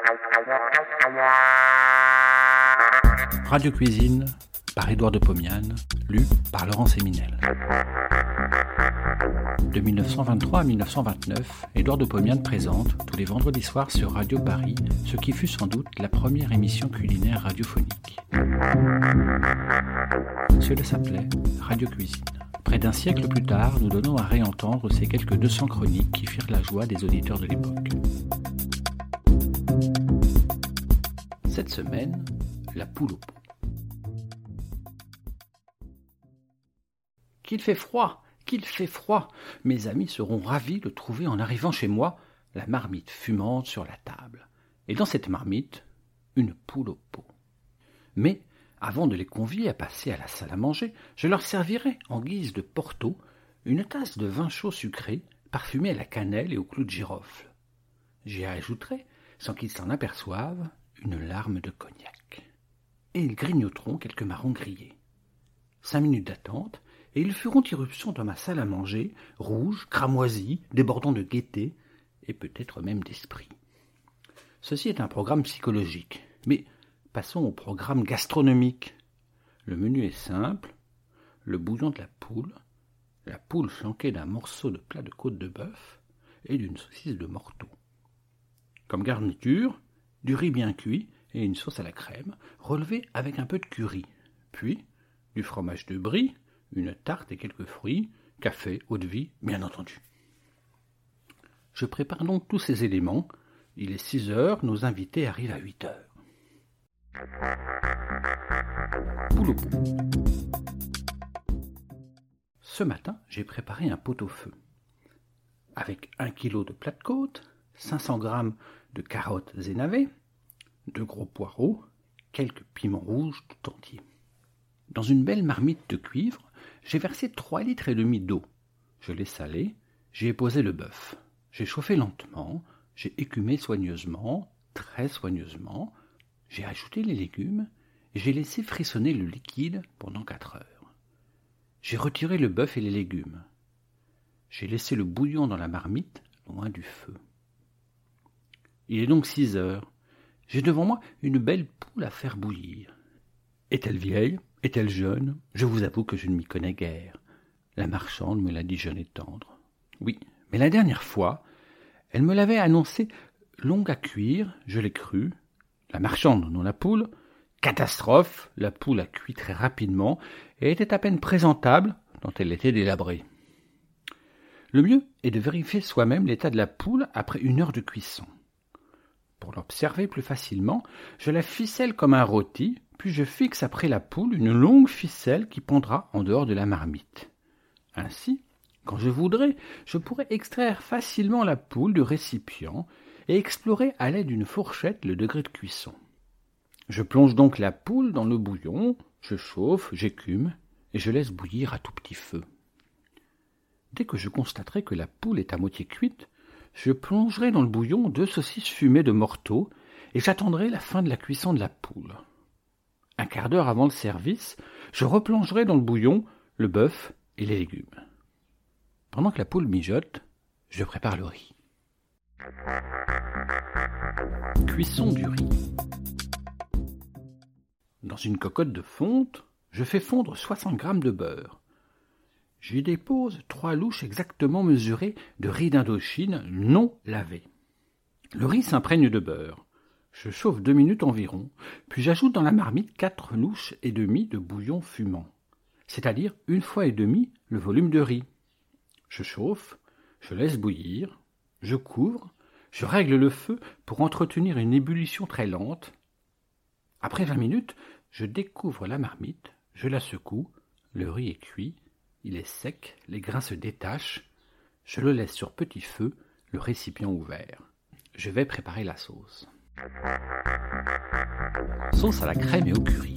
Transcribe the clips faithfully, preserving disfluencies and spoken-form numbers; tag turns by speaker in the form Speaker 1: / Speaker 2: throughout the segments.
Speaker 1: Radio Cuisine par Édouard de Pomiane, lu par Laurent Séminel. De mille neuf cent vingt-trois à mille neuf cent vingt-neuf, Édouard de Pomiane présente, tous les vendredis soirs sur Radio Paris, ce qui fut sans doute la première émission culinaire radiophonique. Cela s'appelait Radio Cuisine. Près d'un siècle plus tard, nous donnons à réentendre ces quelques deux cents chroniques qui firent la joie des auditeurs de l'époque. Cette semaine, la poule au pot. Qu'il fait froid, qu'il fait froid. Mes amis seront ravis de trouver en arrivant chez moi la marmite fumante sur la table. Et dans cette marmite, une poule au pot. Mais, avant de les convier à passer à la salle à manger, je leur servirai, en guise de porto, une tasse de vin chaud sucré, parfumé à la cannelle et au clou de girofle. J'y ajouterai, sans qu'ils s'en aperçoivent, une larme de cognac. Et ils grignoteront quelques marrons grillés. Cinq minutes d'attente, et ils feront irruption dans ma salle à manger, rouge, cramoisi, débordant de gaieté, et peut-être même d'esprit. Ceci est un programme psychologique, mais passons au programme gastronomique. Le menu est simple, le bouillon de la poule, la poule flanquée d'un morceau de plat de côte de bœuf et d'une saucisse de morteau. Comme garniture, du riz bien cuit et une sauce à la crème, relevée avec un peu de curry, puis du fromage de brie, une tarte et quelques fruits, café, eau-de-vie, bien entendu. Je prépare donc tous ces éléments. Il est six heures, nos invités arrivent à huit heures. Poule au pot. Ce matin, j'ai préparé un pot-au-feu. Avec un kilo de plat de côte, cinq cents grammes de carottes et navets, deux gros poireaux, quelques piments rouges tout entiers. Dans une belle marmite de cuivre, j'ai versé trois litres et demi d'eau. Je l'ai salé, j'y ai posé le bœuf. J'ai chauffé lentement, j'ai écumé soigneusement, très soigneusement. J'ai ajouté les légumes et j'ai laissé frissonner le liquide pendant quatre heures. J'ai retiré le bœuf et les légumes. J'ai laissé le bouillon dans la marmite, loin du feu. Il est donc six heures. J'ai devant moi une belle poule à faire bouillir. Est-elle vieille ? Est-elle jeune ? Je vous avoue que je ne m'y connais guère. La marchande me l'a dit jeune et tendre. Oui, mais la dernière fois, elle me l'avait annoncé longue à cuire, je l'ai cru. La marchande, non la poule. Catastrophe, la poule a cuit très rapidement et était à peine présentable, tant elle était délabrée. Le mieux est de vérifier soi-même l'état de la poule après une heure de cuisson. Pour l'observer plus facilement, je la ficelle comme un rôti, puis je fixe après la poule une longue ficelle qui pendra en dehors de la marmite. Ainsi, quand je voudrais, je pourrais extraire facilement la poule du récipient et explorer à l'aide d'une fourchette le degré de cuisson. Je plonge donc la poule dans le bouillon, je chauffe, j'écume et je laisse bouillir à tout petit feu. Dès que je constaterai que la poule est à moitié cuite, je plongerai dans le bouillon deux saucisses fumées de morteau et j'attendrai la fin de la cuisson de la poule. Un quart d'heure avant le service, je replongerai dans le bouillon le bœuf et les légumes. Pendant que la poule mijote, je prépare le riz. Cuisson du riz. Dans une cocotte de fonte, je fais fondre soixante grammes de beurre. J'y dépose trois louches exactement mesurées de riz d'Indochine non lavé. Le riz s'imprègne de beurre. Je chauffe deux minutes environ, puis j'ajoute dans la marmite quatre louches et demie de bouillon fumant, c'est-à-dire une fois et demie le volume de riz. Je chauffe, je laisse bouillir, je couvre, je règle le feu pour entretenir une ébullition très lente. Après vingt minutes, je découvre la marmite, je la secoue, le riz est cuit, il est sec, les grains se détachent, je le laisse sur petit feu, le récipient ouvert. Je vais préparer la sauce. Sauce à la crème et au curry.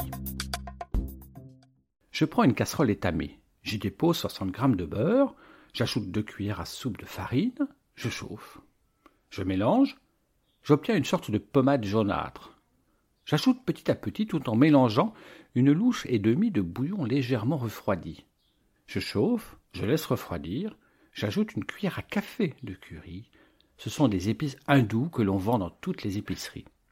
Speaker 1: Je prends une casserole étamée, j'y dépose soixante grammes de beurre, j'ajoute deux cuillères à soupe de farine, je chauffe. Je mélange, j'obtiens une sorte de pommade jaunâtre. J'ajoute petit à petit, tout en mélangeant, une louche et demie de bouillon légèrement refroidi. Je chauffe, je laisse refroidir, j'ajoute une cuillère à café de curry. Ce sont des épices hindoues que l'on vend dans toutes les épiceries.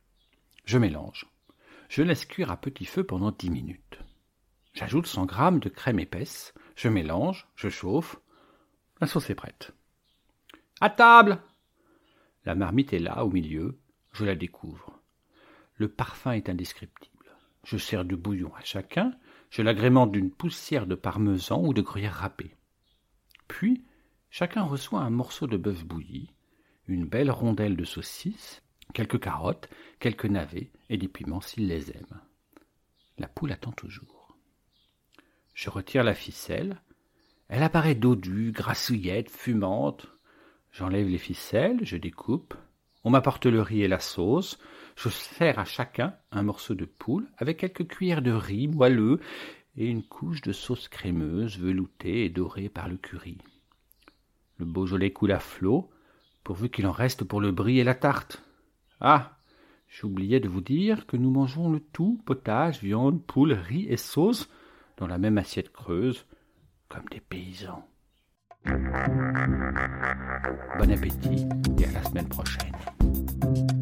Speaker 1: Je mélange. Je laisse cuire à petit feu pendant dix minutes. J'ajoute cent grammes de crème épaisse. Je mélange, je chauffe. La sauce est prête. À table! La marmite est là, au milieu. Je la découvre. Le parfum est indescriptible. Je sers du bouillon à chacun. Je l'agrémente d'une poussière de parmesan ou de gruyère râpée. Puis, chacun reçoit un morceau de bœuf bouilli, une belle rondelle de saucisse, quelques carottes, quelques navets et des piments s'il les aime. La poule attend toujours. Je retire la ficelle. Elle apparaît dodue, grassouillette, fumante. J'enlève les ficelles, je découpe. On m'apporte le riz et la sauce. Je sers à chacun un morceau de poule avec quelques cuillères de riz moelleux et une couche de sauce crémeuse, veloutée et dorée par le curry. Le Beaujolais coule à flot, pourvu qu'il en reste pour le brie et la tarte. Ah, j'oubliais de vous dire que nous mangeons le tout, potage, viande, poule, riz et sauce, dans la même assiette creuse, comme des paysans. Bon appétit et à la semaine prochaine.